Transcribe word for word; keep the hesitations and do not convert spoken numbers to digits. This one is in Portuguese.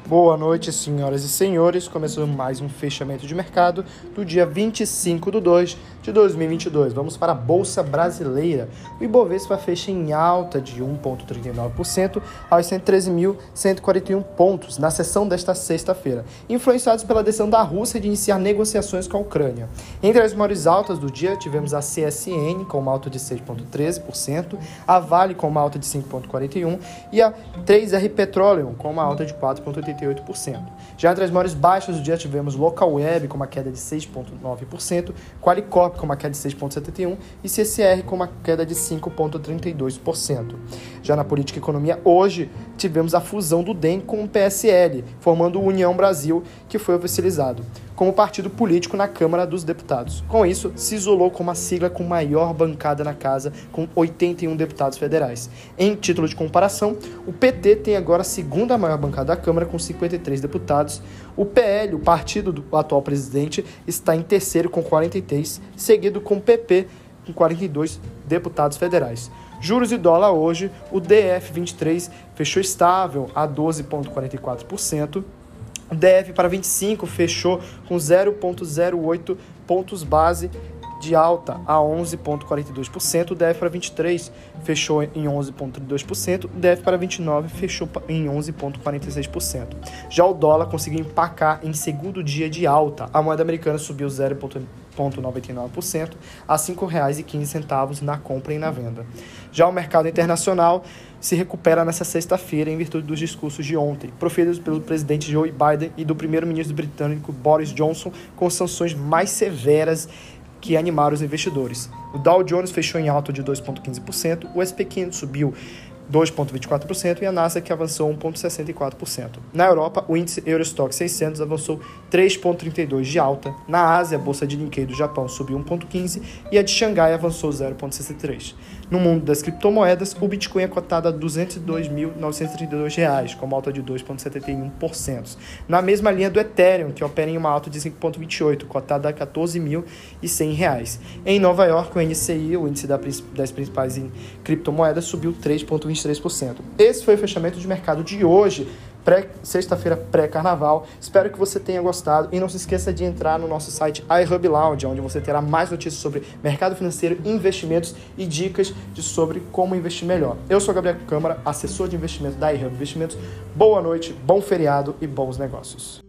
Boa noite, senhoras e senhores. Começou mais um fechamento de mercado do dia vinte e cinco de dois de dois mil e vinte e dois. Vamos para a Bolsa Brasileira. O Ibovespa fecha em alta de um vírgula trinta e nove por cento aos cento e treze mil cento e quarenta e um pontos na sessão desta sexta-feira, influenciados pela decisão da Rússia de iniciar negociações com a Ucrânia. Entre as maiores altas do dia, tivemos a C S N com uma alta de seis vírgula treze por cento, a Vale com uma alta de cinco vírgula quarenta e um por cento e a três R Petroleum com uma alta de quatro vírgula oitenta e oito por cento. Já entre as maiores baixas do dia tivemos Local Web com uma queda de seis vírgula nove por cento, Qualicorp com uma queda de seis vírgula setenta e um por cento e C C R com uma queda de cinco vírgula trinta e dois por cento. Já na política e economia, hoje tivemos a fusão do D E M com o P S L, formando o União Brasil, que foi oficializado como partido político na Câmara dos Deputados. Com isso, se isolou como a sigla com maior bancada na casa, com oitenta e um deputados federais. Em título de comparação, o P T tem agora a segunda maior bancada da Câmara, com cinquenta e três deputados. O P L, o partido do atual presidente, está em terceiro com quarenta e três, seguido com o P P com quarenta e dois deputados federais. Juros e dólar hoje, o D F vinte e três fechou estável a doze vírgula quarenta e quatro por cento. O D F para vinte e cinco fechou com zero vírgula zero oito pontos base de alta a onze vírgula quarenta e dois por cento. O D F para vinte e três fechou em onze vírgula trinta e dois por cento. O D F para vinte e nove fechou em onze vírgula quarenta e seis por cento. Já o dólar conseguiu empacar em segundo dia de alta. A moeda americana subiu zero vírgula noventa e nove por cento a cinco reais e quinze centavos na compra e na venda. Já o mercado internacional se recupera nesta sexta-feira em virtude dos discursos de ontem, proferidos pelo presidente Joe Biden e do primeiro-ministro britânico Boris Johnson, com sanções mais severas que animaram os investidores. O Dow Jones fechou em alta de dois vírgula quinze por cento, o S and P quinhentos subiu dois vírgula vinte e quatro por cento e a Nasdaq avançou um vírgula sessenta e quatro por cento. Na Europa, o índice Eurostoxx seiscentos avançou três vírgula trinta e dois por cento de alta. Na Ásia, a bolsa de Nikkei do Japão subiu um vírgula quinze por cento e a de Xangai avançou zero vírgula sessenta e três por cento. No mundo das criptomoedas, o Bitcoin é cotado a duzentos e dois mil novecentos e trinta e dois reais, com uma alta de dois vírgula setenta e um por cento. Na mesma linha do Ethereum, que opera em uma alta de cinco vírgula vinte e oito por cento, cotado a quatorze mil e cem reais. Em Nova York, o N C I, o índice das principais criptomoedas, subiu três vírgula vinte e três por cento. Esse foi o fechamento de mercado de hoje, pré, sexta-feira pré-carnaval. Espero que você tenha gostado e não se esqueça de entrar no nosso site iHub Lounge, onde você terá mais notícias sobre mercado financeiro, investimentos e dicas de sobre como investir melhor. Eu sou Gabriel Câmara, assessor de investimento da iHub Investimentos. Boa noite, bom feriado e bons negócios.